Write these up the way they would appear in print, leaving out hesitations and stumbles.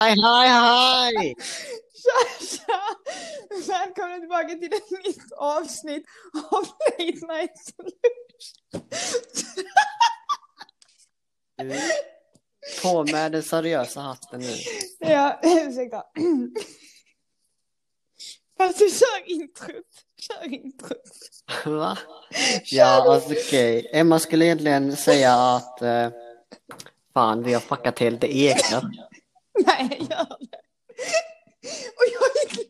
Hej, hej, hej! Tja! Välkomna tillbaka till ett nytt avsnitt av Late Night Solution. På med den seriösa hatten nu. Ja, ursäkta. Fast du kör introt. Va? Ja, alltså okej. Emma skulle egentligen säga att fan, vi har fuckat till det egna. Nej, jag gör det. Och jag gick...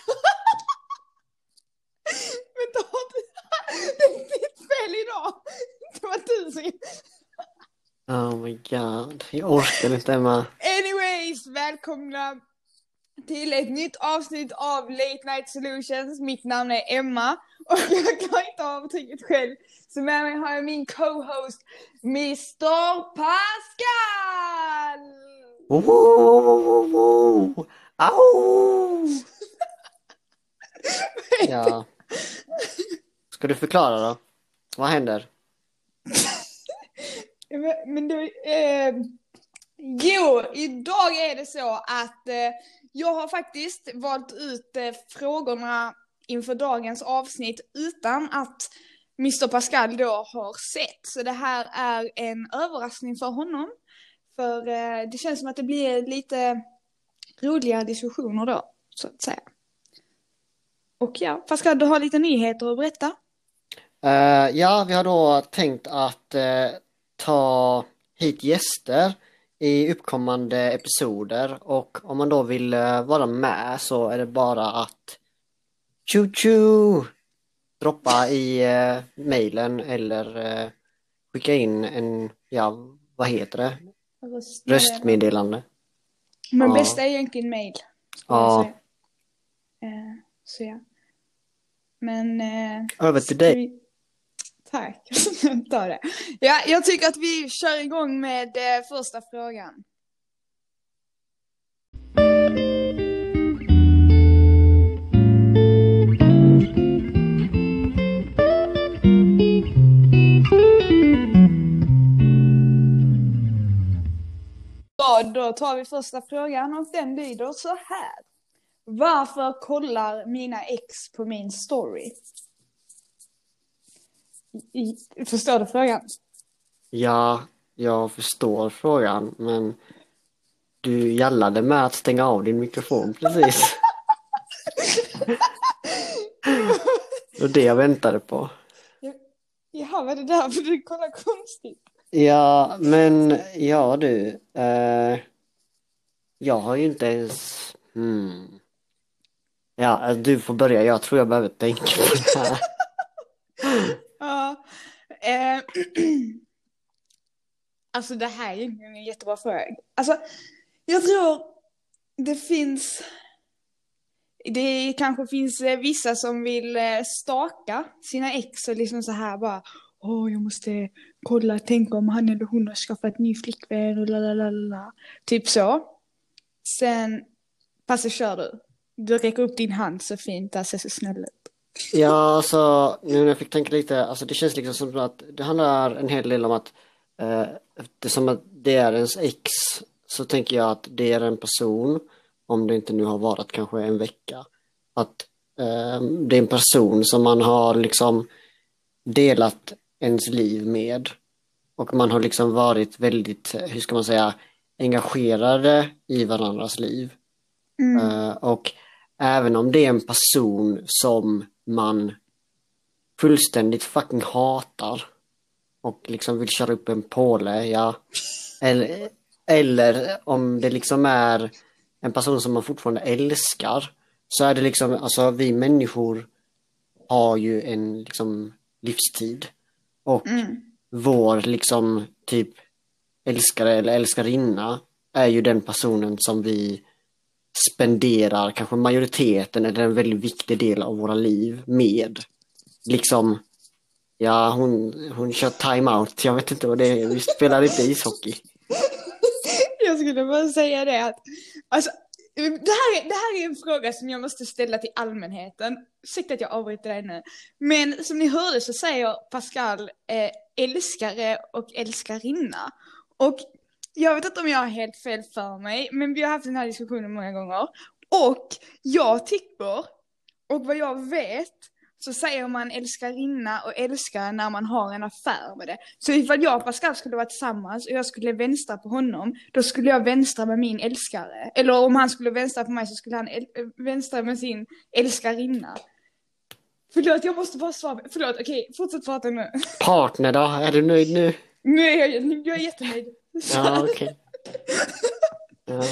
Men då det är ditt fel idag. Det var du som... Oh my god, jag orkar inte, Emma. Anyways, välkomna till ett nytt avsnitt av Late Night Solutions. Mitt namn är Emma och jag kan inte avtrycket själv. Så med mig har jag min co-host Mr. Pascal! Au! Ja. Ska du förklara då? Vad händer? Men du, jo, idag är det så att jag har faktiskt valt ut frågorna inför dagens avsnitt utan att Mr. Pascal då har sett. Så det här är en överraskning för honom. För det känns som att det blir lite roliga diskussioner då, så att säga. Och ja, Pascal, du har lite nyheter att berätta. Ja, vi har då tänkt att ta hit gäster i uppkommande episoder, och om man då vill vara med så är det bara att droppa i mailen eller skicka in en, ja, vad heter det? Röstmeddelande. Men Ja. bästa är egentligen mail. Ja. Så ja. Men Över till dig. Tack. Ta det. Ja, jag tycker att vi kör igång med första frågan. Då tar vi första frågan och den lyder så här. Varför kollar mina ex på min story? Förstår du frågan? Ja, jag förstår frågan, men du gällade med att stänga av din mikrofon precis. Det var det jag väntade på. Jaha, var det därför du kollar konstigt? Ja, men ja du, jag har ju inte ens... Ja, du får börja. Jag tror jag behöver tänka på det här. Ja, alltså det här är en jättebra fråga. Alltså, jag tror det kanske finns vissa som vill staka sina ex och liksom så här bara, jag måste kolla, tänka om han eller hon har skaffat ny flickvän och lalalala. Typ så. Sen, fast så kör du. Du räcker upp din hand så fint, det ser så snäll ut. Ja, alltså, nu när jag fick tänka lite, alltså det känns liksom som att det handlar en hel del om att eftersom att det är ens ex, så tänker jag att det är en person, om det inte nu har varit kanske en vecka, att det är en person som man har liksom delat ens liv med, och man har liksom varit väldigt, hur ska man säga, engagerade i varandras liv. Och även om det är en person som man fullständigt fucking hatar och liksom vill köra upp en påle, ja. Eller om det liksom är en person som man fortfarande älskar, så är det liksom, alltså vi människor har ju en liksom livstid, och vår liksom typ älskare eller älskarinna är ju den personen som vi spenderar kanske majoriteten eller en väldigt viktig del av våra liv med. Liksom, ja, hon kör timeout. Jag vet inte vad det är. Vi spelar inte ishockey. Jag skulle bara säga det att alltså, det här är en fråga som jag måste ställa till allmänheten. Ursäkta att jag avbryter dig nu. Men som ni hörde så säger Pascal älskare och älskarinna. Och Jag vet inte om jag har helt fel för mig, men vi har haft den här diskussionen många gånger. Och jag tycker, och vad jag vet, så säger man älskarinna och älskare när man har en affär med det. Så ifall jag och Pascal skulle vara tillsammans och jag skulle vänstra på honom, då skulle jag vänstra med min älskare. Eller om han skulle vänstra på mig så skulle han vänstra med sin älskarinna. Förlåt, jag måste bara svara. Förlåt, okej, fortsätt prata nu. Partner då? Är du nöjd nu? Nu är jag är jättenöjd. Ja, okej. Ja.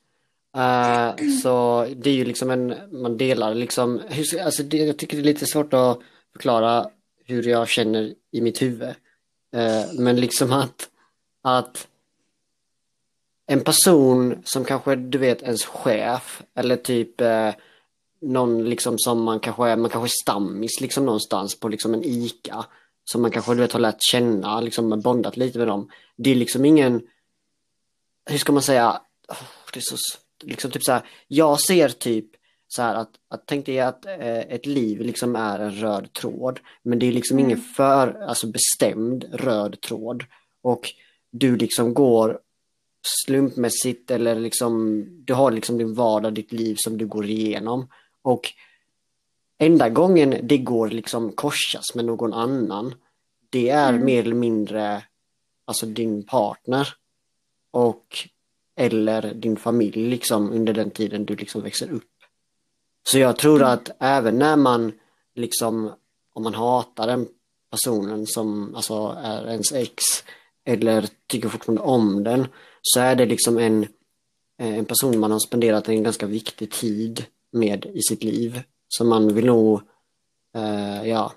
Så det är ju liksom man delar liksom, alltså jag tycker det är lite svårt att förklara hur jag känner i mitt huvud. Men liksom att en person som kanske, du vet, ens chef eller typ någon liksom som man kanske är stammis liksom någonstans på liksom en ICA som man kanske, du vet, har lärt känna, liksom bondat lite med dem. Det är liksom ingen, hur ska man säga, det är så liksom typ så här, jag ser typ så här att tänk dig att ett liv liksom är en röd tråd, men det är liksom ingen alltså bestämd röd tråd, och du liksom går slumpmässigt, eller liksom du har liksom din vardag, ditt liv som du går igenom, och enda gången det går liksom korsas med någon annan, det är mer eller mindre alltså din partner och eller din familj liksom under den tiden du liksom växer upp. Så jag tror att även när man liksom, om man hatar den personen som alltså är ens ex eller tycker fortfarande om den, så är det liksom en person man har spenderat en ganska viktig tid med i sitt liv. Så man vill nog ja,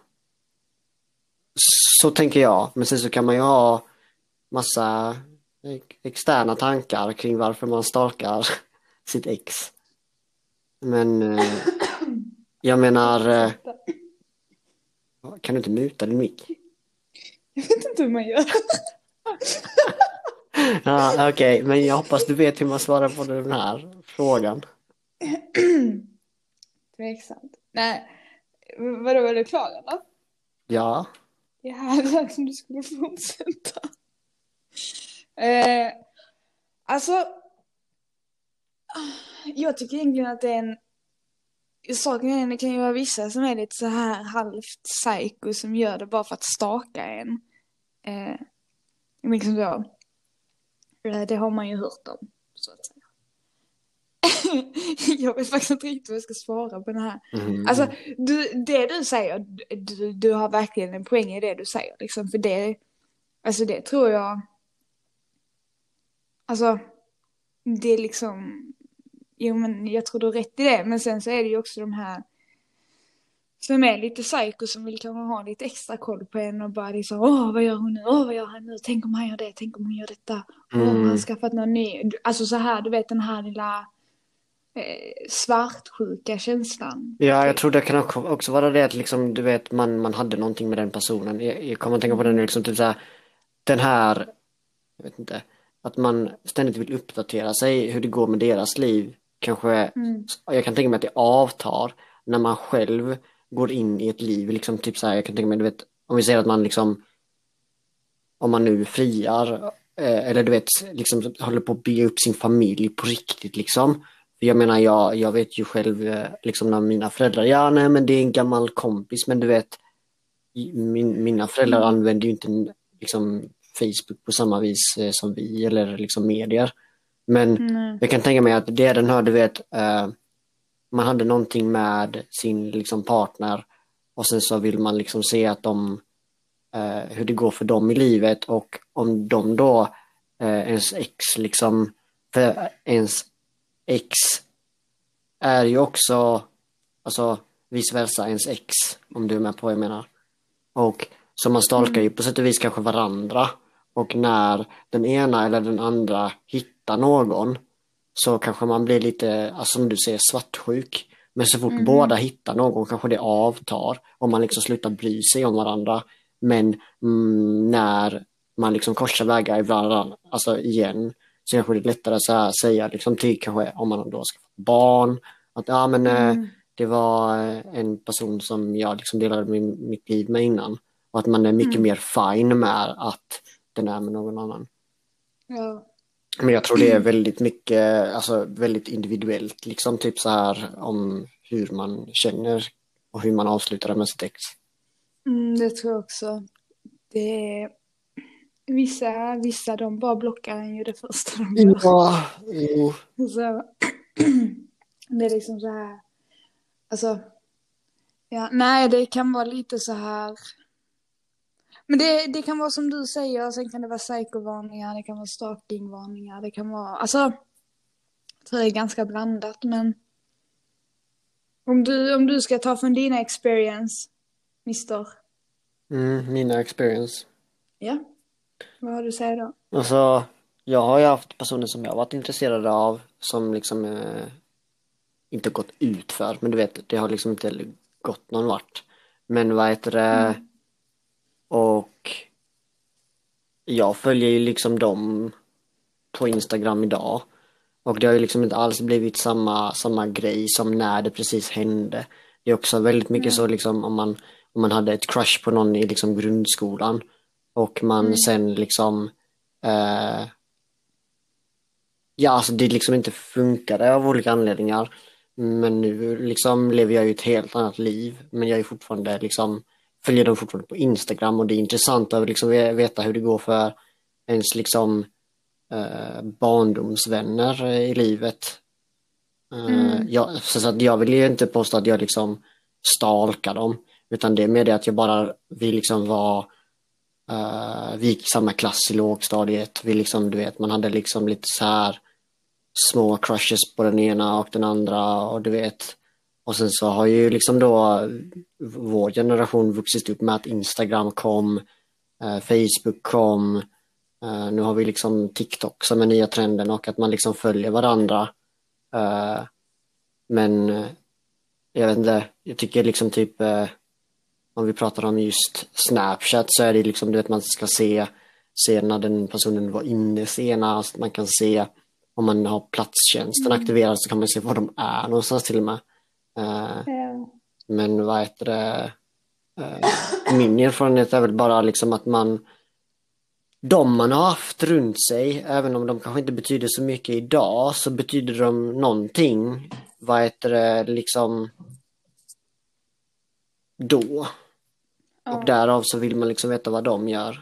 så tänker jag. Men sen så kan man ju ha massa externa tankar kring varför man stalkar sitt ex. Men jag menar, kan du inte muta din mick? Jag vet inte hur man gör. Ja, okej, men jag hoppas du vet hur man svarar på den här frågan. Tveksamt. Nej, vadå, var du klar eller? Ja. Jag hade att du skulle fortsätta. Alltså, jag tycker egentligen att det är en saken är, det kan ju vara vissa som är lite så här halvt psycho som gör det bara för att staka en. Liksom så. Det har man ju hört om, så att säga. Jag vet faktiskt inte riktigt vad jag ska svara på den här. Alltså, det du säger, du har verkligen en poäng i det du säger. Liksom, för det, alltså det tror jag, alltså, det är liksom, jo men jag tror du har rätt i det. Men sen så är det ju också de här som är lite psycho som vill kanske ha lite extra koll på en och bara liksom, vad gör hon nu? Vad gör han nu? Tänk om han gör det? Tänk om hon gör detta? Han har skaffat någon ny. Alltså så här, du vet den här lilla svartsjuka känslan. Ja, jag tror det kan också vara det att liksom, du vet, man hade någonting med den personen. Jag kommer att tänka på den liksom, typ så här, den här, jag vet inte, att man ständigt vill uppdatera sig hur det går med deras liv. Kanske, jag kan tänka mig att det avtar när man själv går in i ett liv, liksom typ så här, jag kan tänka mig, du vet, om vi säger att man liksom, om man nu friar, eller du vet, liksom håller på att bygga upp sin familj på riktigt liksom. Jag menar, jag vet ju själv liksom när mina föräldrar, nej men det är en gammal kompis, men du vet, mina föräldrar använder ju inte liksom Facebook på samma vis som vi, eller liksom medier. Men jag kan tänka mig att det är den här, du vet, man hade någonting med sin liksom partner, och sen så vill man liksom se att hur det går för dem i livet, och om de då ens ex liksom, för ens ex är ju också alltså vice versa ens ex, om du är med på vad jag menar. Och så man stalkar ju på sätt och vis kanske varandra, och när den ena eller den andra hittar någon så kanske man blir lite, alltså som du säger, svartsjuk. Men så fort båda hittar någon kanske det avtar och man liksom slutar bry sig om varandra. Men när man liksom korsar vägar i varandra, alltså igen, så kanske det är lättare att säga liksom till, kanske om man då ska få barn, att ja men det var en person som jag liksom delade mitt liv med innan, och att man är mycket mer fine med att den är med någon annan. Ja. Men jag tror det är väldigt mycket, alltså väldigt individuellt, liksom typ så här om hur man känner och hur man avslutar med sitt ex. Det tror jag också. Det är... Vissa de bara blockar en ju det första de gör. Ja, jo. Så, det är liksom så här. Alltså, ja, nej, det kan vara lite så här. Men det kan vara som du säger, sen kan det vara psykovarningar, det kan vara stalkingvarningar, det kan vara, alltså, jag tror det är ganska blandat, men om du ska ta från dina experience, mister. Mina experience. Ja, vad har du att säga då? Alltså, jag har ju haft personer som jag har varit intresserad av som liksom inte gått ut för, men du vet, det har liksom inte gått någon vart. Men vad heter det? Och jag följer ju liksom dem på Instagram idag. Och det har ju liksom inte alls blivit samma grej som när det precis hände. Det är också väldigt mycket så liksom om man hade ett crush på någon i liksom grundskolan och man sen liksom ja, alltså det liksom inte funkade av olika anledningar. Men nu liksom lever jag ju ett helt annat liv. Men jag är fortfarande liksom, följer dem fortfarande på Instagram och det är intressant att liksom veta hur det går för ens liksom barndomsvänner i livet. Så att jag vill ju inte påstå att jag liksom stalkar dem. Utan det är mer det att vi liksom vi gick i samma klass i lågstadiet. Vi liksom, du vet, man hade liksom lite så här små crushes på den ena och den andra och du vet. Och sen så har ju liksom då vår generation vuxit upp med att Instagram kom, Facebook kom, nu har vi liksom TikTok som är nya trenden och att man liksom följer varandra. Men jag vet inte, jag tycker liksom typ om vi pratar om just Snapchat så är det liksom, du vet, man ska se när den personen var inne senast, man kan se om man har platstjänsten aktiverad så kan man se var de är någonstans till och med. Men vad heter det? Min erfarenhet är väl bara liksom att de man har haft runt sig, även om de kanske inte betyder så mycket idag, så betyder de någonting. Vad heter det liksom då? Och därav så vill man liksom veta vad de gör.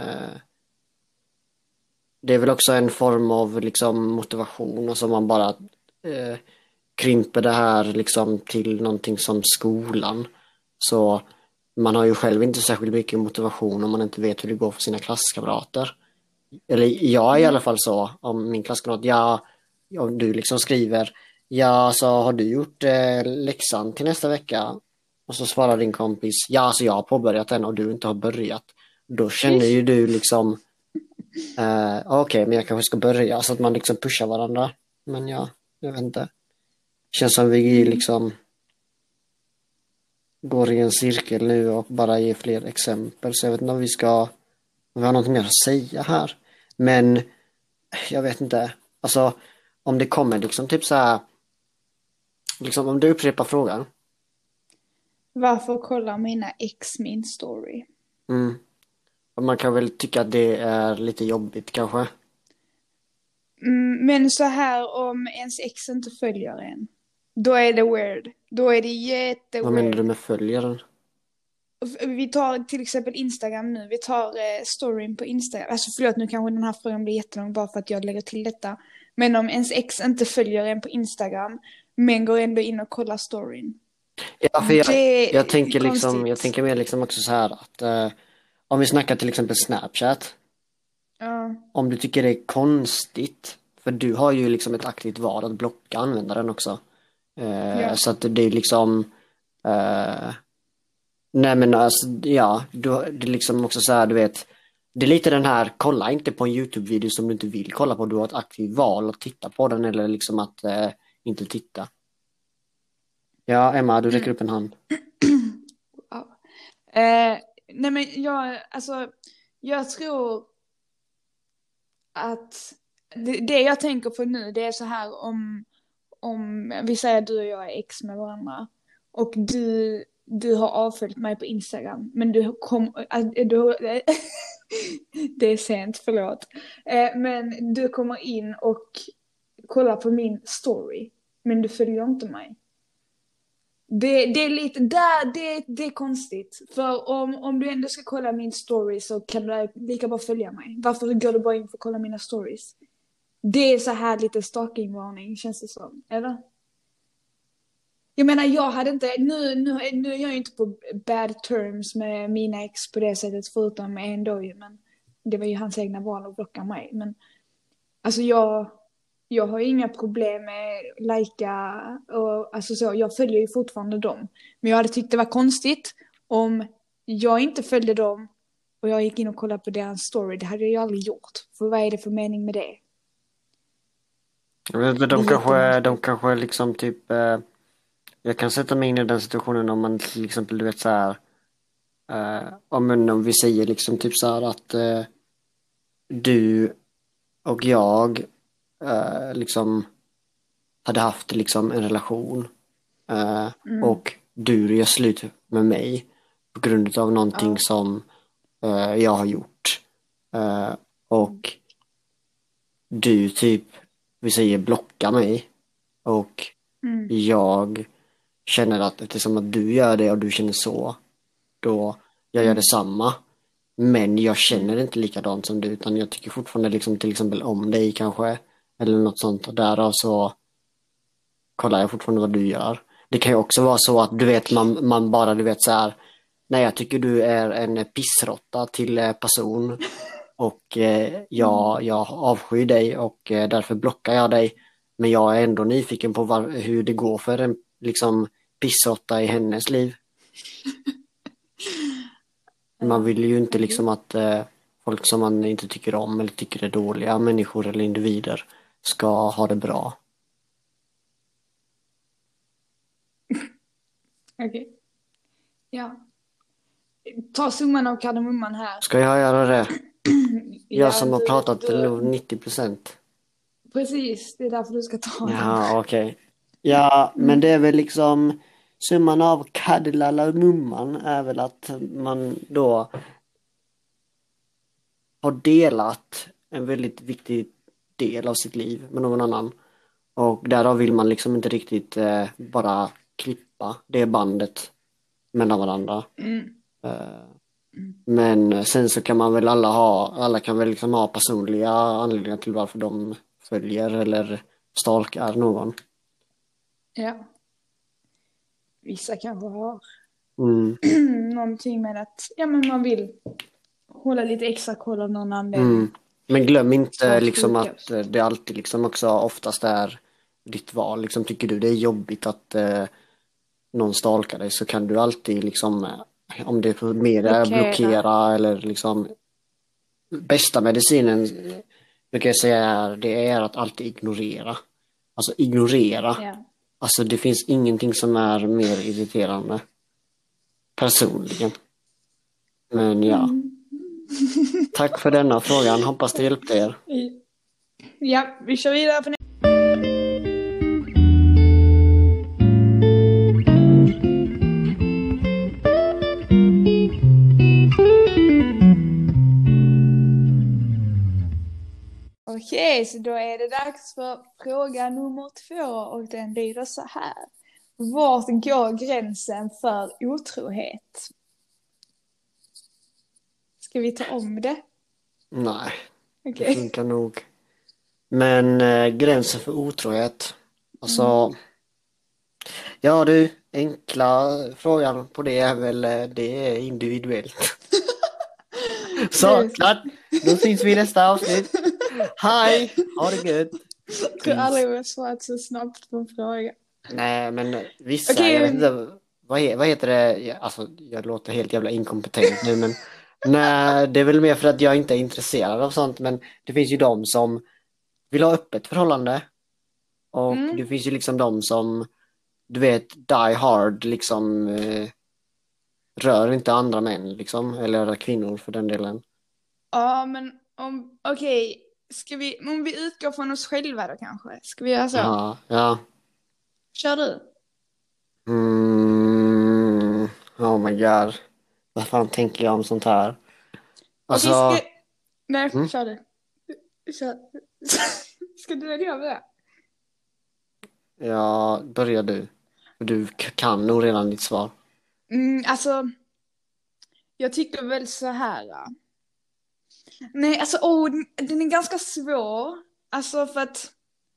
Det är väl också en form av liksom motivation och så man bara krymper det här liksom till någonting som skolan. Så man har ju själv inte särskilt mycket motivation om man inte vet hur det går för sina klasskamrater. Eller jag är i alla fall så, om min klasskamrat, om du liksom skriver, så har du gjort läxan till nästa vecka? Och så svarar din kompis, så jag har påbörjat den och du inte har börjat. Då känner ju du liksom okej, men jag kanske ska börja, så att man liksom pushar varandra. Men jag vet inte. Känns som vi liksom går i en cirkel nu och bara ger fler exempel. Så jag vet inte om vi har något mer att säga här. Men jag vet inte. Alltså om det kommer liksom typ så här, liksom om du upprepar frågan. Varför kollar mina ex min story? Man kan väl tycka att det är lite jobbigt kanske. Men så här, om ens ex inte följer en, då är det weird. Då är det jätteweird. Vad menar du med följaren? Vi tar till exempel Instagram nu. Vi tar storyn på Instagram. Alltså förlåt, nu kanske den här frågan blir jättelång bara för att jag lägger till detta. Men om ens ex inte följer en på Instagram men går ändå in och kollar storyn. Ja, för jag tänker liksom, jag tänker mer liksom också så här att om vi snackar till exempel Snapchat. Om du tycker det är konstigt, för du har ju liksom ett aktivt val att blocka användaren också. Så att det är liksom nej men alltså, det är liksom också så här, du vet, det är lite den här, kolla inte på en YouTube-video som du inte vill kolla på, du har ett aktivt val att titta på den eller liksom att inte titta. Ja, Emma, du räcker upp en hand. Nej men jag tror att det jag tänker på nu, det är så här, om vi säger att du och jag är ex med varandra och du har avföljt mig på Instagram, men Det är sent, förlåt. Men du kommer in och kollar på min story. Men du följer inte mig. Det är lite, det är konstigt. För om du ändå ska kolla min story så kan du lika bara följa mig. Varför går du bara in för att kolla mina stories? Det är så här lite stalkingvarning, känns det som. Eller? Jag menar, jag hade inte, nu är jag ju inte på bad terms med mina ex på det sättet, förutom en då ju, men det var ju hans egna val att blocka mig. Men alltså jag har ju inga problem med lajka och alltså så, jag följer ju fortfarande dem. Men jag hade tyckt det var konstigt om jag inte följde dem och jag gick in och kollade på deras story. Det hade jag ju aldrig gjort. För vad är det för mening med det? Men de kanske liksom typ... jag kan sätta mig in i den situationen om man till exempel, du vet så här... om vi säger liksom typ så här att du och jag liksom hade haft liksom en relation och du gör slut med mig på grund av någonting som jag har gjort och du typ, vi säger, blockar mig och jag känner att eftersom att du gör det och du känner så, då jag gör detsamma. Men jag känner inte likadant som du, utan jag tycker fortfarande liksom till exempel om dig kanske, eller något sånt, och därav så kollar jag fortfarande vad du gör. Det kan ju också vara så att du vet, man bara, du vet så här, nej, jag tycker du är en pissrotta till person och jag avskyr dig och därför blockar jag dig. Men jag är ändå nyfiken på hur det går för en liksom pissrotta i hennes liv. Man vill ju inte liksom att folk som man inte tycker om eller tycker är dåliga människor eller individer ska ha det bra. Okej. Ja. Ta summan av kardemumman här. Ska jag göra det? Jag som har du- pratat till du- nog 90%. Precis, det är därför du ska ta den. Ja, okej. Ja, men det är väl liksom summan av kardemumman är väl att man då har delat en väldigt viktig del av sitt liv med någon annan. Och därav vill man liksom inte riktigt bara klippa det bandet mellan varandra. Men sen så kan man väl alla kan väl liksom ha personliga anledningar till varför de följer eller stalkar någon. Ja. Vissa kanske har Mm. någonting med att men man vill hålla lite extra koll av någon anledning. Mm. Men glöm inte Svart liksom sjukast. att det alltid liksom också oftast är ditt val. Liksom, tycker du det är jobbigt att någon stalkar dig, så kan du alltid liksom, om det är för mer blockera eller liksom, bästa medicinen brukar jag säga det är att alltid ignorera. Alltså ignorera. Ja. Alltså det finns ingenting som är mer irriterande personligen. Men ja. Tack för denna frågan. Hoppas det hjälpte er. Ja, vi kör vidare på Okej, så då är det dags för fråga nummer 2 och den lyder så här. Vart går gränsen för otrohet? Ska vi ta om det? Nej, det Okej. funkar nog. Men gränsen för otrohet. Alltså, ja du, enkla frågan på det är väl, det är individuellt. Så, klart. Då syns vi i nästa avsnitt. Hej, ha det gött. Jag tror aldrig jag har svarat så snabbt på en fråga. Nej, men vissa, Okej. jag vet inte, vad heter det? Alltså, jag låter helt jävla inkompetent nu, men nej, det är väl mer för att jag inte är intresserad av sånt, men det finns ju de som vill ha öppet förhållande och det finns ju liksom de som, du vet, die hard, liksom rör inte andra män liksom, eller kvinnor för den delen. Ja, men okej, om vi utgår från oss själva då kanske? Ska vi göra så? Ja. Kör du. Oh my god. Vad fan tänker jag om sånt här? Alltså, Nej, mm, kör du. Kör. Ska du eller jag börja? ja, börjar du. Du kan nog redan ditt svar. Alltså, jag tycker väl så här. Nej, alltså, den är ganska svår. Alltså, för att...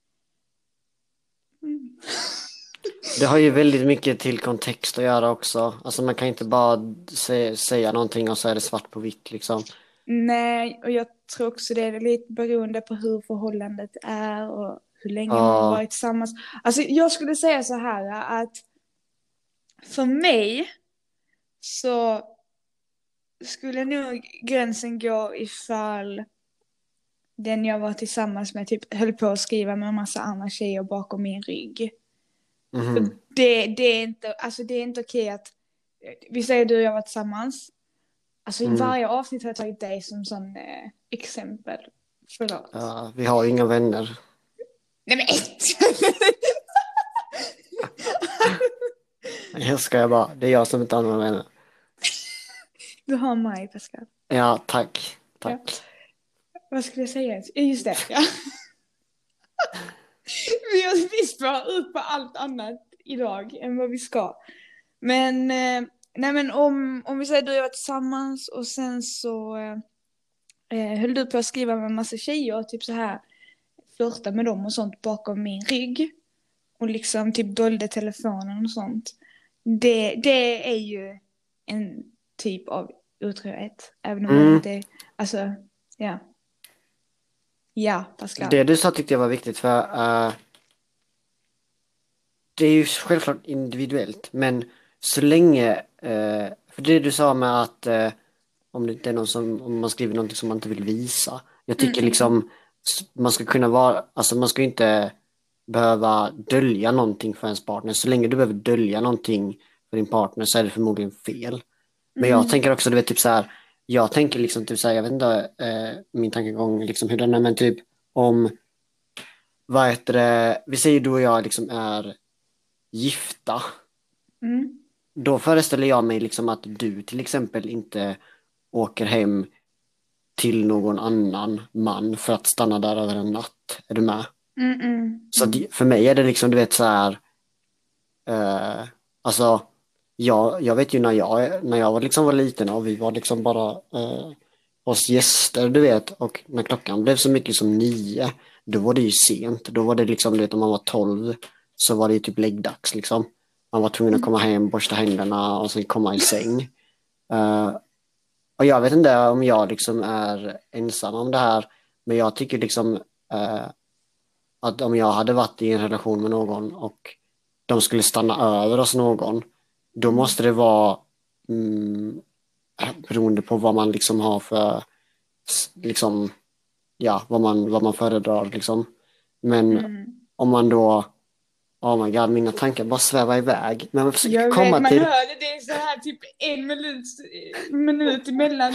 Mm. Det har ju väldigt mycket till kontext att göra också. Alltså man kan inte bara säga någonting och så är det svart på vitt liksom. Nej, och jag tror också det är lite beroende på hur förhållandet är och hur länge man har Ja, varit tillsammans. Alltså, jag skulle säga så här att för mig så skulle nog gränsen gå ifall den jag var tillsammans med typ höll på att skriva med en massa andra tjejer bakom min rygg. mhm. Det är inte, alltså det är inte okej att, vi säger du och jag var tillsammans. Alltså i Mm. varje avsnitt har jag tagit dig som sån exempel. Förlåt. Ja, vi har ju inga vänner. Nej men Jag skojar bara. Det är jag som inte har några vänner. Du har mig, Pascal. Ja, tack. Ja. Tack. Vad skulle jag säga? Just det, ja. Vi sparar ut på allt annat idag än vad vi ska. Men, nej men om vi säger att du och jag var tillsammans och sen så höll du på att skriva med en massa tjejer och typ så här flirta med dem och sånt bakom min rygg. Och liksom typ dolde telefonen och sånt. Det är ju en typ av otrohet. Även om det inte, alltså, ja. Ja, Pascal. Det du sa tyckte jag var viktigt för det är ju självklart individuellt, men så länge, för det du sa med att om det inte är någon som, om man skriver någonting som man inte vill visa. Jag tycker liksom man ska kunna vara, alltså man ska inte behöva dölja någonting för ens partner. Så länge du behöver dölja någonting för din partner så är det förmodligen fel. Men jag tänker också, du vet, typ så här, jag tänker liksom typ så här, jag vet inte min tankegång liksom hur den är, men typ om, vad heter det, vi säger du och jag liksom är gifta. Då föreställer jag mig liksom att du till exempel inte åker hem till någon annan man för att stanna där över en natt. Är du med? Så att för mig är det liksom, du vet så här, alltså jag vet ju när jag var liksom var liten och vi var liksom bara hos gäster, du vet, och när klockan blev så mycket som 9, då var det ju sent. Då var det liksom, du vet, om man var 12 så var det ju typ läggdags liksom. Man var tvungen att komma hem, borsta händerna och sen komma i säng. Och jag vet inte om jag liksom är ensam om det här, men jag tycker liksom att om jag hade varit i en relation med någon och de skulle stanna över hos någon, då måste det vara beroende på vad man liksom har för liksom, ja, vad man föredrar liksom. Men om man då, oh my god, mina tankar bara svävar iväg. Men jag försöker komma man till... hörde det så här typ en minut emellan.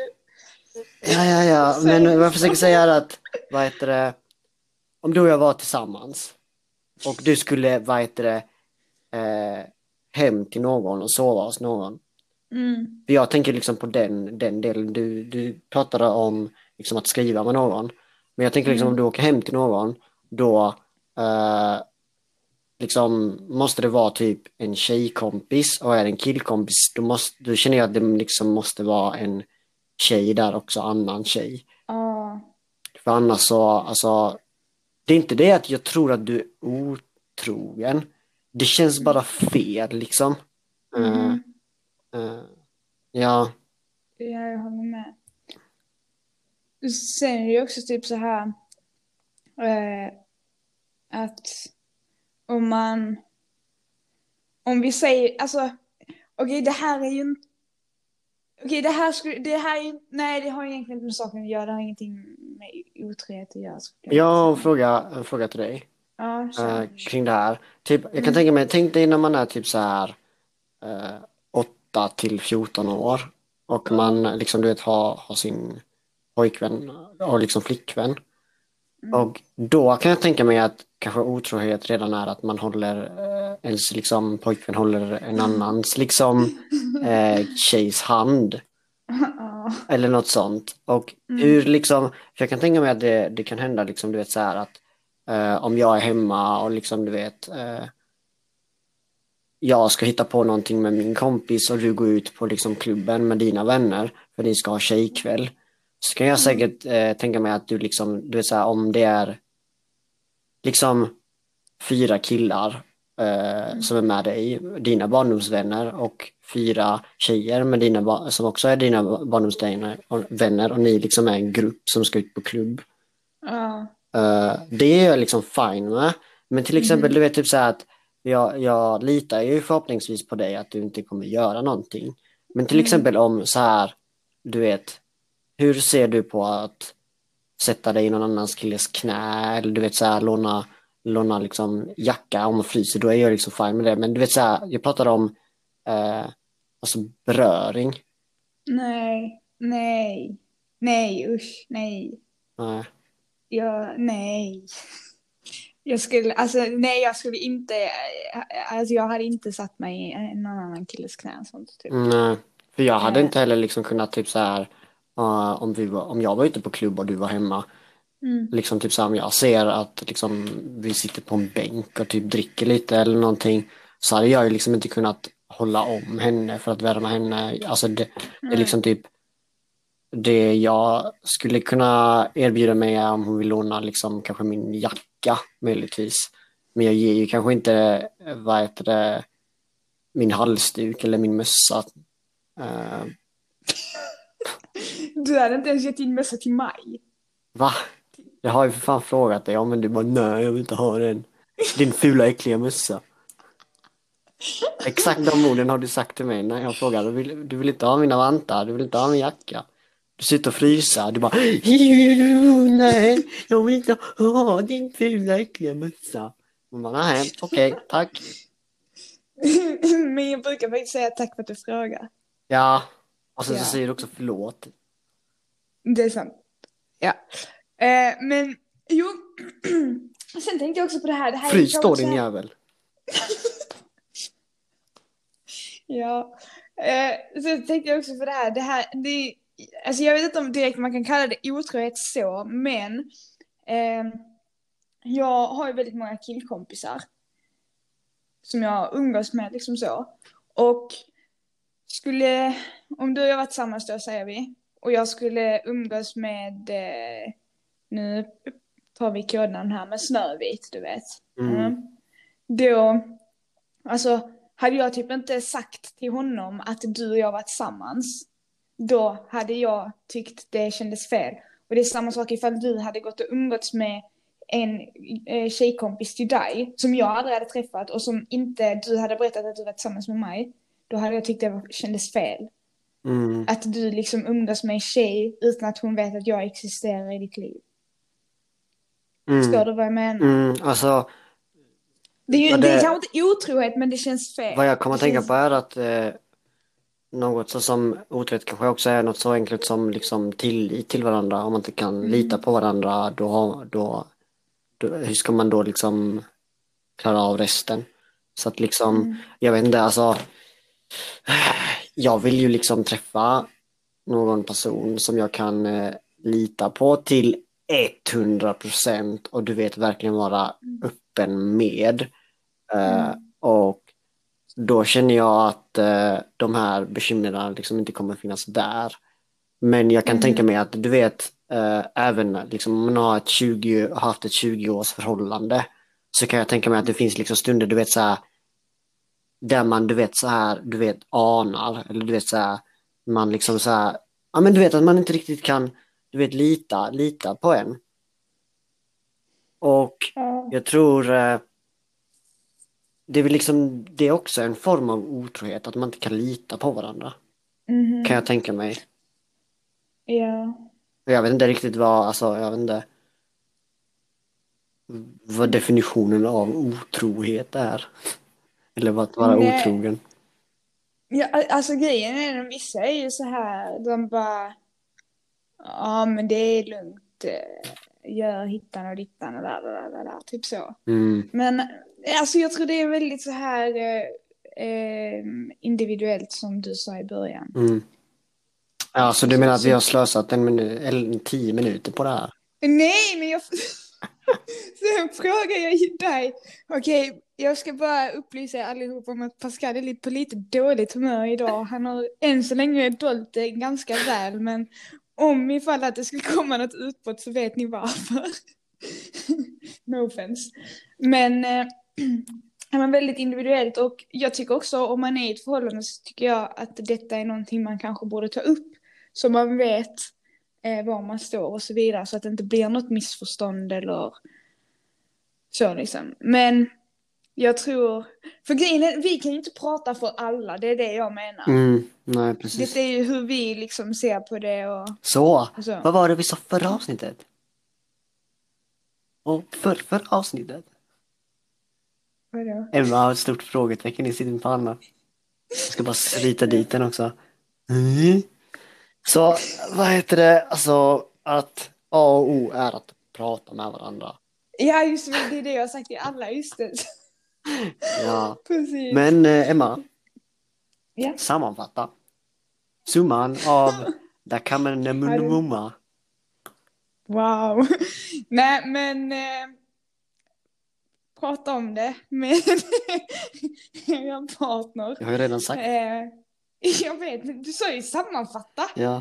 Ja. Men vad jag försöker säga är att, vad heter det, om du och jag var tillsammans och du skulle, vad heter det, hem till någon och sova hos någon. För jag tänker liksom på den delen. Du pratade om liksom att skriva med någon. Men jag tänker liksom om du åker hem till någon, då liksom måste det vara typ en tjejkompis, och är det en killkompis då känner jag att det liksom måste vara en tjej där också, annan tjej. För annars så, alltså, det är inte det att jag tror att du är otrogen. Det känns bara fel liksom. Ja. Ja, jag håller med. Sen är det också typ så här att om vi säger, alltså okej, det här är ju okej, det har egentligen inte med saken att göra, det har ingenting med otrohet att göra. Jag har en fråga till dig. Ja, kring det här. Typ, jag kan tänka mig, tänk dig när man är typ så här 8 till 14 år och man liksom, du vet, har sin pojkvän och liksom flickvän. Och då kan jag tänka mig att kanske otrohet redan är att man håller ens liksom pojkvän håller en annans liksom tjejs hand. Eller något sånt. Och hur liksom, för jag kan tänka mig att det kan hända liksom, du vet så här att om jag är hemma och liksom du vet jag ska hitta på någonting med min kompis och du går ut på liksom klubben med dina vänner för ni ska ha tjejkväll. Så kan jag säkert tänka mig att du liksom, du vet så här, om det är liksom 4 killar som är med dig, dina barndomsvänner och 4 tjejer med som också är dina barndomsvänner och ni liksom är en grupp som ska ut på klubb. Ja. Det är jag liksom fine med. Men till exempel du vet typ så här att jag litar ju förhoppningsvis på dig att du inte kommer göra någonting. Men till exempel om så här, du vet, hur ser du på att sätta dig i någon annans killes knä eller du vet så här låna liksom jacka om man fryser, då är jag liksom fine med det. Men du vet så här, jag pratar om alltså beröring. Nej, usch, nej. Nej. Nej. Jag skulle inte, alltså jag hade inte satt mig i en annan killes knä sånt typ. Nej, för jag hade inte heller liksom kunnat typ så här om jag var ute på klubb och du var hemma liksom typ så här, om jag ser att liksom vi sitter på en bänk och typ dricker lite eller någonting så hade jag ju liksom inte kunnat hålla om henne för att värma henne. Alltså det är liksom typ det jag skulle kunna erbjuda mig om hon vill låna liksom kanske min jacka möjligtvis. Men jag ger ju kanske inte vad heter det, min halsduk eller min mössa. Du hade inte ens gett din mössa till mig. Va? Jag har ju för fan frågat dig, men du bara nej jag vill inte ha den. Din fula äckliga mössa. Exakt de orden har du sagt till mig när jag frågade. Du vill inte ha mina vantar, du vill inte ha min jacka. Du sitter och fryser, du bara nej, jag vill inte ha din fula äckliga mössa. Man bara nej, okej, tack. Men jag brukar faktiskt säga tack för att du frågar. Ja, och så säger du också förlåt. Det är sant. Ja. Men jo, sen tänkte jag också på det här. Frys då din jävel. Ja. Sen tänkte jag också på det här alltså jag vet inte om direkt man kan kalla det otrohet så, men jag har ju väldigt många killkompisar som jag umgås med liksom så. Och om du och jag var tillsammans då säger vi, och jag skulle umgås med nu tar vi koden här med Snövit, du vet. Då, alltså hade jag typ inte sagt till honom att du och jag var tillsammans, då hade jag tyckt det kändes fel. Och det är samma sak ifall du hade gått och umgåtts med en tjejkompis till dig som jag aldrig hade träffat och som inte du hade berättat att du var tillsammans med mig. Då hade jag tyckt det kändes fel. Att du liksom umgås med en tjej utan att hon vet att jag existerar i ditt liv. Förstår du vad jag menar? Alltså det är kanske inte otrohet, men det känns fel. Vad jag kommer att tänka på är att något så som otrohet kanske också är något så enkelt som liksom tillit till varandra. Om man inte kan lita på varandra då hur ska man då liksom klara av resten? Så att liksom jag vet inte, alltså jag vill ju liksom träffa någon person som jag kan lita på till 100% och du vet verkligen vara öppen med. Och då känner jag att de här bekymren liksom inte kommer finnas där. Men jag kan tänka mig att du vet även liksom, om man har haft ett 20-års förhållande så kan jag tänka mig att det finns liksom stunder du vet så här där man du vet så här du vet anar eller du vet så här man liksom så här ja men du vet att man inte riktigt kan du vet lita på en. Och jag tror det är väl liksom det är också en form av otrohet att man inte kan lita på varandra. Kan jag tänka mig. Ja. Jag vet inte riktigt jag vet inte vad definitionen av otrohet är. Eller vad vara otrogen. Ja, alltså grejen är att vissa är ju så här, de bara ja men det är lugnt, gör hittan och dittan och där, typ så. Men alltså jag tror det är väldigt så här individuellt som du sa i början. Ja, så du menar att vi har slösat 10 minuter på det här? Nej, men sen frågar jag ju dig. Okej, jag ska bara upplysa er allihop om att Pascal är på lite dåligt humör idag. Han har än så länge dolt det ganska väl, men om ifall att det skulle komma något utbrott så vet ni varför. No offense. Men han är väldigt individuellt, och jag tycker också om man är i ett förhållande så tycker jag att detta är någonting man kanske borde ta upp så man vet var man står och så vidare, så att det inte blir något missförstånd eller så liksom. Men jag tror, för grejen är, vi kan ju inte prata för alla, det är det jag menar. Nej, precis. Det är ju hur vi liksom ser på det och Så, och så. vad var det vi sa förra avsnittet? Och förra avsnittet? Vadå? Emma har ett stort frågetecken i sin panna. Jag ska bara slita dit den också. Så, vad heter det? Alltså, att A och O är att prata med varandra. Ja, just det, det är det jag har sagt till alla, just det. Ja. Precis. Men Emma, Ja. sammanfatta. Summan av Da kamen mumma. Wow. Nej, men prata om det med en partner. Jag har ju redan sagt. Jag vet, men du sa ju sammanfatta. Ja.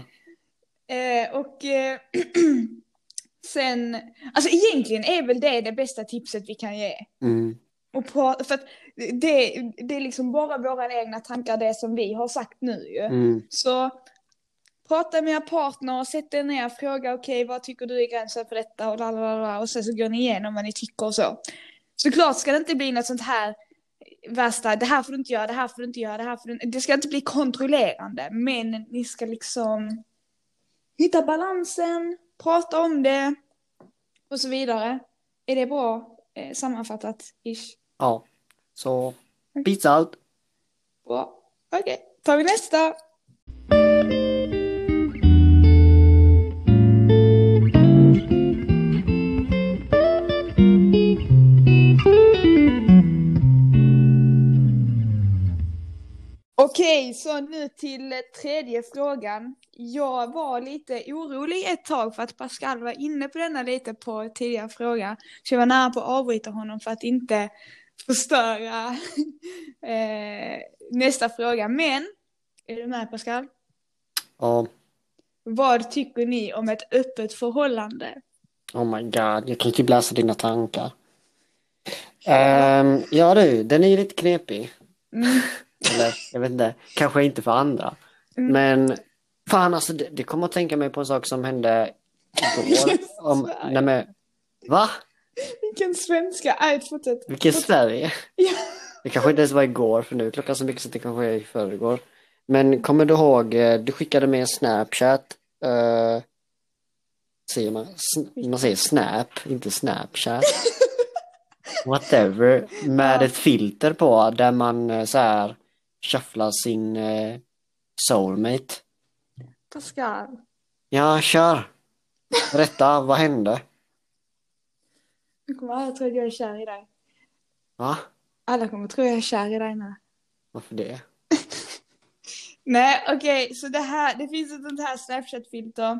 Sen, alltså egentligen är väl det bästa tipset vi kan ge. Och för att det är liksom bara våra egna tankar, det som vi har sagt nu ju. Så prata med er partner, sätt er ner och fråga okej, vad tycker du är gränsen för detta och lalala, och sen så går ni igenom vad ni tycker och så. Såklart ska det inte bli något sånt här värsta, det här får du inte göra, det här får du inte göra, det här får du inte. Det ska inte bli kontrollerande, men ni ska liksom hitta balansen, prata om det och så vidare. Är det bra sammanfattat ish? Ja, så pizza out. Bra, okej. Tar vi nästa. Okej, så nu till tredje frågan. Jag var lite orolig ett tag för att Pascal var inne på denna lite på tidigare fråga. Så jag var nära på att avbryta honom för att inte förstöra nästa fråga. Men, är du med Pascal? Ja. Vad tycker ni om ett öppet förhållande? Oh my god, jag kan ju typ läsa dina tankar. Ja du, den är ju lite knepig. Eller, jag vet inte, kanske inte för andra. Men fan, alltså det kommer att tänka mig på en sak som hände igår. Va? Vilken svenska, fortsätt. Vilken Sverige? Ja. Det kanske inte ens var igår, för nu klockan så mycket så det kanske är i förrgår. Men kommer du ihåg, du skickade med en Snapchat. Man säger Snap, inte Snapchat. Whatever. Med ett filter på där man så här shufflar sin soulmate. Pascal. Ja, kör. Berätta, vad hände? Nu kommer alla tro att jag är kär i dig. Va? Alla kommer tro att jag är kär i dig nu. Varför det? Nej, okej. Så det finns ett sånt här Snapchat-filter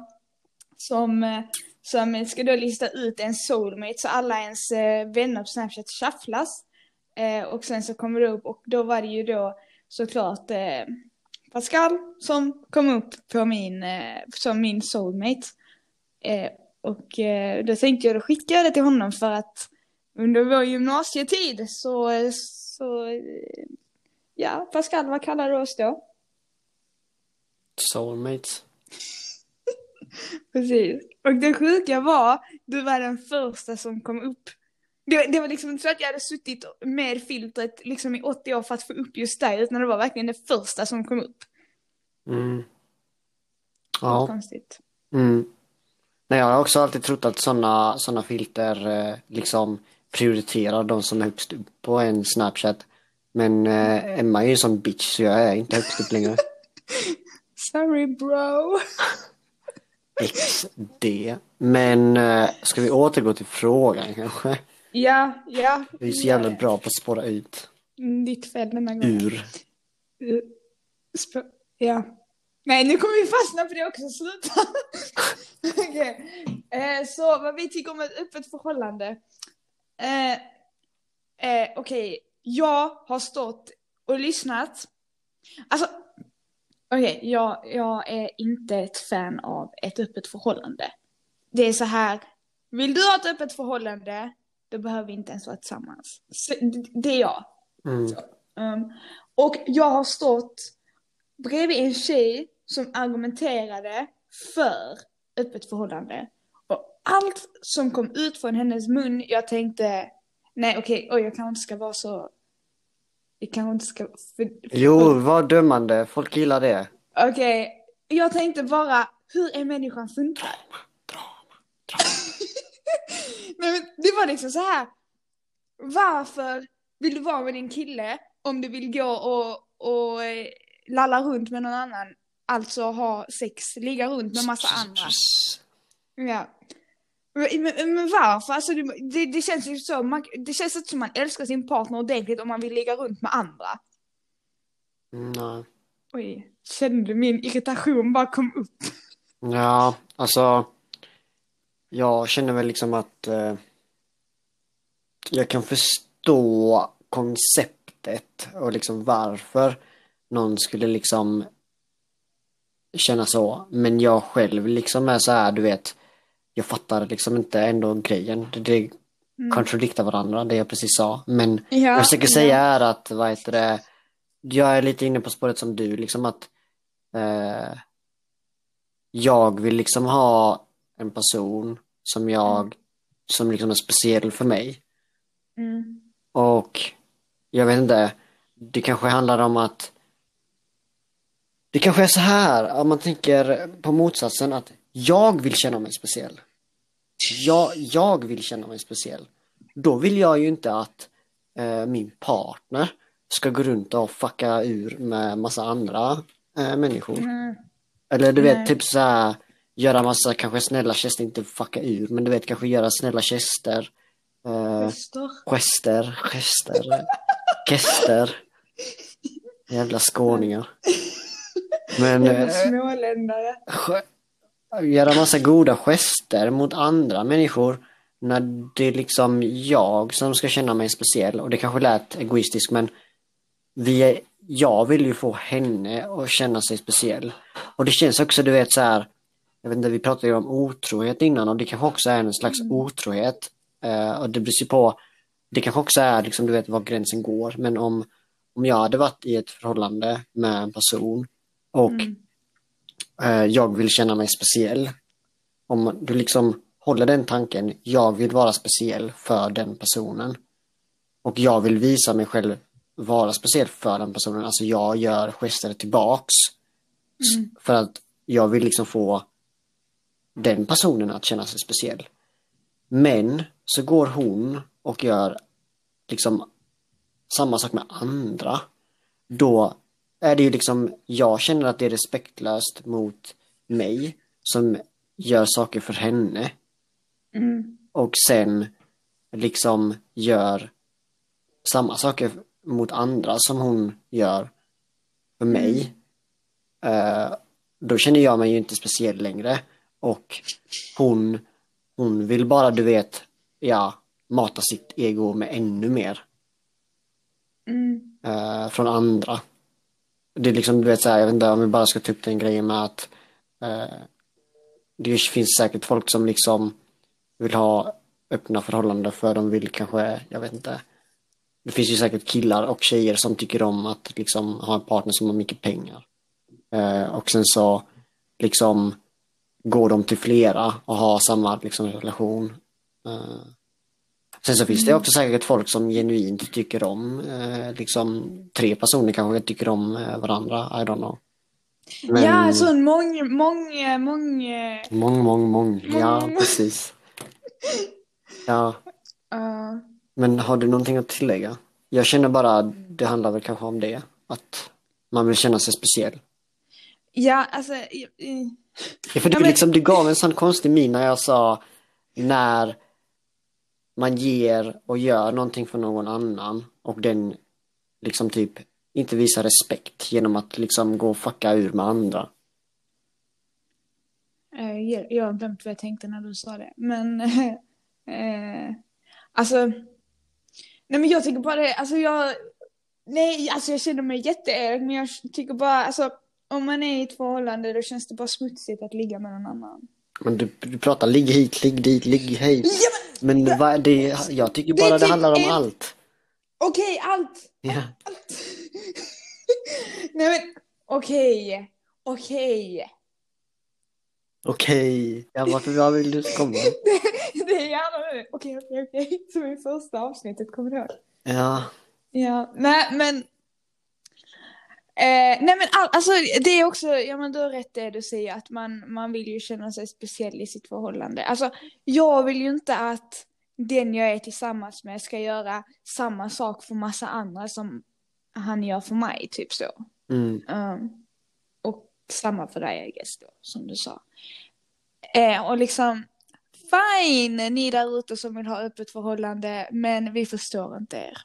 som ska då lista ut en soulmate, så alla ens vänner på Snapchat shufflas. Och sen så kommer det upp, och då var det ju då såklart Pascal som kom upp på som min soulmate. Och då tänkte jag, då skickade jag det till honom för att under vår gymnasietid så ja, Pascal, vad kallar du oss då? Soulmates. Precis. Och det sjuka var, du var den första som kom upp. Det var liksom inte så att jag hade suttit med filtret liksom i 80 år för att få upp just dig, utan det var verkligen det första som kom upp. Ja. Konstigt. Nej, jag har också alltid trott att såna filter liksom prioriterar de som är högst upp på en Snapchat. Men Emma är ju en sån bitch, så jag är inte högst upp längre. Sorry bro. XD. Men ska vi återgå till frågan kanske? Ja. Vi är så jävla bra på att spåra ut. Ditt fel denna gången. Ja. Nej, nu kommer vi fastna på det också, sluta. Okej. Så vad vi tycker om ett öppet förhållande. Okej, jag har stått och lyssnat. Alltså, okej, jag är inte ett fan av ett öppet förhållande. Det är så här, vill du ha ett öppet förhållande, då behöver vi inte ens vara tillsammans. Så, det är jag. Så, och jag har stått bredvid en tjej som argumenterade för öppet förhållande. Och allt som kom ut från hennes mun, jag tänkte, nej okej, jag kanske inte ska vara så... Jag kanske inte ska... Jo, var dömande. Folk gillar det. Okej, jag tänkte bara, hur är människan funkar? Drama. Nej, men det var liksom så här. Varför vill du vara med din kille om du vill gå och lalla runt med någon annan? Alltså ha sex, ligga runt med massa andra. Ja. Men varför? Alltså det känns ju så, det känns inte som man älskar sin partner ordentligt om man vill ligga runt med andra. Nej. Oj, kände min irritation bara kom upp. Ja, alltså jag känner väl liksom att jag kan förstå konceptet och liksom varför någon skulle liksom känna så, men jag själv liksom är så här, du vet, jag fattar liksom inte ändå grejen. Det kontradiktar varandra, det jag precis sa, men jag försöker säga är att, vad heter det, jag är lite inne på spåret som du, liksom att jag vill liksom ha en person som som liksom är speciell för mig. Och jag vet inte, det kanske handlar om att det kanske är så här, om man tänker på motsatsen, att jag vill känna mig speciell. Jag vill känna mig speciell. Då vill jag ju inte att min partner ska gå runt och fucka ur med massa andra människor. Eller du vet, typ så här, göra massa kanske snälla gester, inte fucka ur, men du vet, kanske göra snälla gester. Gester. Jävla skåningar. Men småländare. Göra massa goda gester mot andra människor när det är liksom jag som ska känna mig speciell, och det kanske lät egoistiskt, men jag vill ju få henne att känna sig speciell. Och det känns också, du vet, så här, jag vet inte, vi pratade ju om otrohet innan, och det kanske också är en slags otrohet, och det beror ju på, det kanske också är liksom, du vet, var gränsen går. Men om jag hade varit i ett förhållande med en person och jag vill känna mig speciell, om du liksom håller den tanken, jag vill vara speciell för den personen och jag vill visa mig själv vara speciell för den personen, alltså jag gör gester tillbaks för att jag vill liksom få den personen att känna sig speciell. Men så går hon och gör liksom samma sak med andra, då är det ju liksom, jag känner att det är respektlöst mot mig som gör saker för henne och sen liksom gör samma saker mot andra som hon gör för mig. Då känner jag mig ju inte speciell längre, och hon vill bara, du vet, mata sitt ego med ännu mer från andra. Det är liksom, du vet, så här, jag vet inte om vi bara ska ta upp den grejen med att det finns säkert folk som liksom vill ha öppna förhållanden för de vill kanske, jag vet inte. Det finns ju säkert killar och tjejer som tycker om att liksom ha en partner som har mycket pengar. Och sen så liksom går de till flera och har samma liksom relation. Sen så finns det också säkert folk som genuint tycker om liksom 3 personer kanske tycker om varandra, I don't know. Men... Ja, så mång. Ja, precis. Ja. Men har du någonting att tillägga? Jag känner bara, det handlar väl kanske om det, att man vill känna sig speciell. Ja, alltså... För det, liksom, det gav en sån konstig min när jag sa, när man ger och gör någonting för någon annan och den liksom typ inte visar respekt genom att liksom gå och fucka ur med andra. Jag har glömt vad jag tänkte när du sa det. Men alltså, nej men jag tycker bara det, alltså jag känner mig jätteelak, men jag tycker bara, alltså om man är i ett förhållande då känns det bara smutsigt att ligga med någon annan. Men du pratar ligg hit, ligg dit, ligg hit. Ja, men jag tycker bara det handlar om allt. Okej, allt. Ja. Allt. Nej men, okej. Ja, vad vill du komma? Det är gärna nu. Okej. Som i första avsnittet, kommer du ihåg? Ja. Nej men alltså det är också, ja men du har rätt det du säger, att man vill ju känna sig speciell i sitt förhållande. Alltså jag vill ju inte att den jag är tillsammans med ska göra samma sak för massa andra som han gör för mig, typ så. Och samma för dig, I guess då, som du sa. Och liksom, fine, ni där ute som vill ha öppet förhållande, men vi förstår inte er.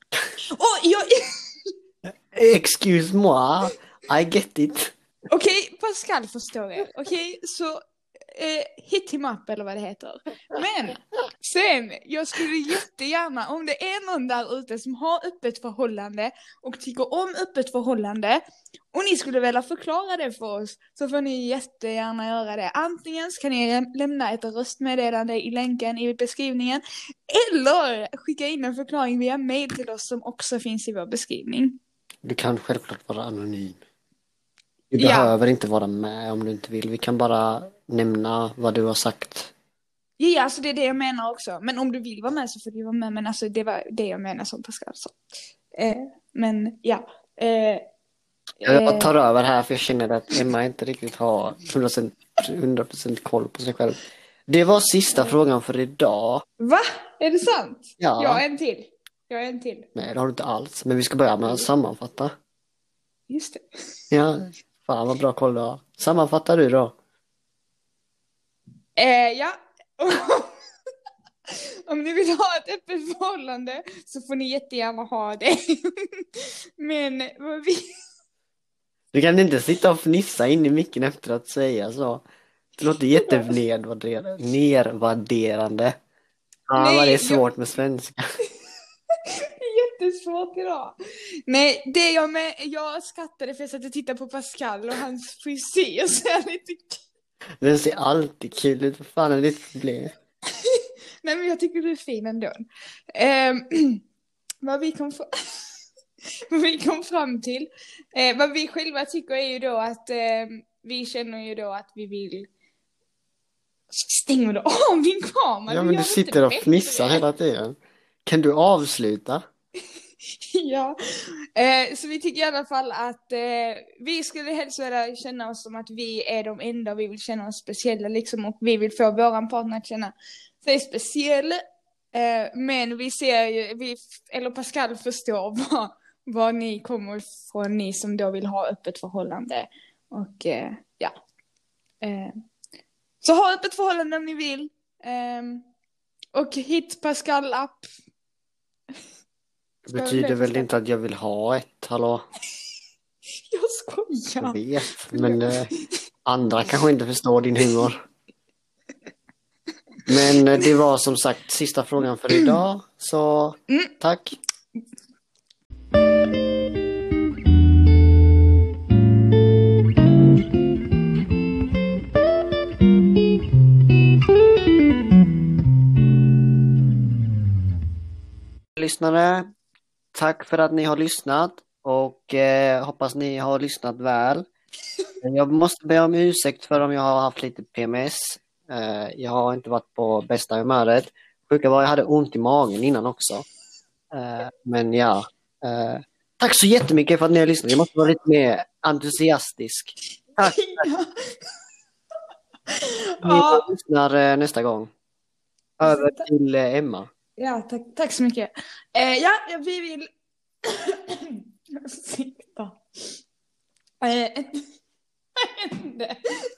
Excuse moi, I get it. Okej, Pascal förstår er. Okej, så hit him up eller vad det heter. Men sen, jag skulle jättegärna, om det är någon där ute som har öppet förhållande och tycker om öppet förhållande och ni skulle vilja förklara det för oss, så får ni jättegärna göra det. Antingen kan ni lämna ett röstmeddelande i länken i beskrivningen, eller skicka in en förklaring via mail till oss som också finns i vår beskrivning. Du kan självklart vara anonym. Du behöver inte vara med om du inte vill. Vi kan bara nämna vad du har sagt. Ja, alltså det är det jag menar också. Men om du vill vara med så får du vara med. Men alltså det var det jag menar som Pascal sa. Men ja. Jag tar över här för jag känner att Emma inte riktigt har 100% koll på sig själv. Det var sista frågan för idag. Va? Är det sant? Ja. Jag är en till. Nej, det har du inte alls. Men vi ska börja med att sammanfatta. Just det. Ja, fan vad bra koll du har. Sammanfattar du då? Ja. Om ni vill ha ett öppet förhållande så får ni jättegärna ha det. Men vad vi... Du kan inte sitta och fnissa in i micken efter att säga så. Det låter nervärderande. Ja, vad det är svårt med svenska. Det är jättesvårt idag. Nej, det jag skrattade för att jag tittade på Pascal och hans frisyr så är lite kul. Den ser alltid kul ut, för fan är det ett problem. Nej, men jag tycker du är fin ändå. Vad vi kom fram till, vad vi själva tycker är ju då att vi känner ju då att vi vill... Stänger du av min kamera? Ja, men du sitter och fnissar hela tiden. Kan du avsluta? Ja, så vi tycker i alla fall att vi skulle helst vilja känna oss som att vi är de enda, vi vill känna oss speciella liksom, och vi vill få våran partner att känna sig speciell, men vi ser ju, eller Pascal förstår vad ni kommer ifrån, ni som då vill ha öppet förhållande, och ja, så ha öppet förhållande om ni vill, och hit Pascal up. Det betyder väl inte att jag vill ha ett, hallå? Jag skojar. Jag vet, men andra kanske inte förstår din humor. Men det var som sagt sista frågan för idag, så tack. Lyssnare, tack för att ni har lyssnat och hoppas ni har lyssnat väl. Jag måste be om ursäkt för om jag har haft lite PMS. Jag har inte varit på bästa humöret. Sjuka var jag hade ont i magen innan också. Men ja, tack så jättemycket för att ni har lyssnat. Jag måste vara lite mer entusiastisk. Tack. Ni lyssnar nästa gång. Över till Emma. Ja, tack så mycket. Ja, vi vill... Sikta. Vad hände?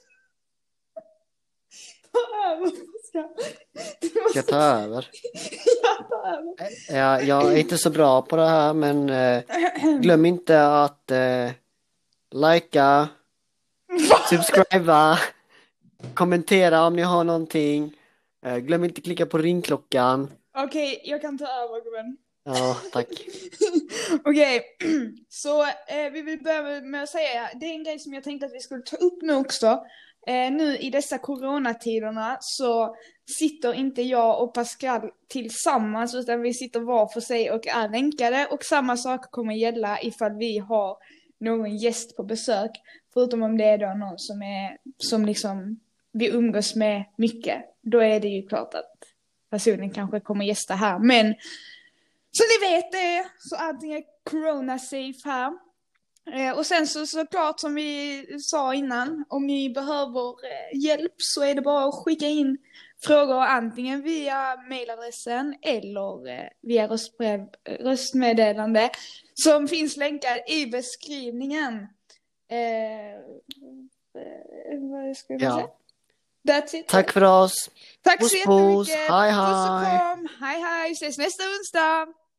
Ta över, Ska jag ta över? Ja, ta över. Ja, jag är inte så bra på det här, men glöm inte att likea, subscriba, kommentera om ni har någonting. Glöm inte klicka på ringklockan. Okej, jag kan ta över, gubben. Ja, tack. Okej, så vi vill börja med att säga, det är en grej som jag tänkte att vi skulle ta upp nu också. Nu i dessa coronatiderna så sitter inte jag och Pascal tillsammans, utan vi sitter var för sig och är länkade, och samma sak kommer gälla ifall vi har någon gäst på besök, förutom om det är då någon som liksom vi umgås med mycket. Då är det ju klart att personen kanske kommer gästa här, men så ni vet det, så allting är corona safe här. Och sen såklart som vi sa innan, om ni behöver hjälp så är det bara att skicka in frågor antingen via mailadressen eller via röstmeddelande som finns länkad i beskrivningen. Vad ska jag säga? That's it. Tack för oss. Tack så Puss, jättemycket. puss. Hej, Puss och hej. kram. Hej, hej. Ses nästa onsdag.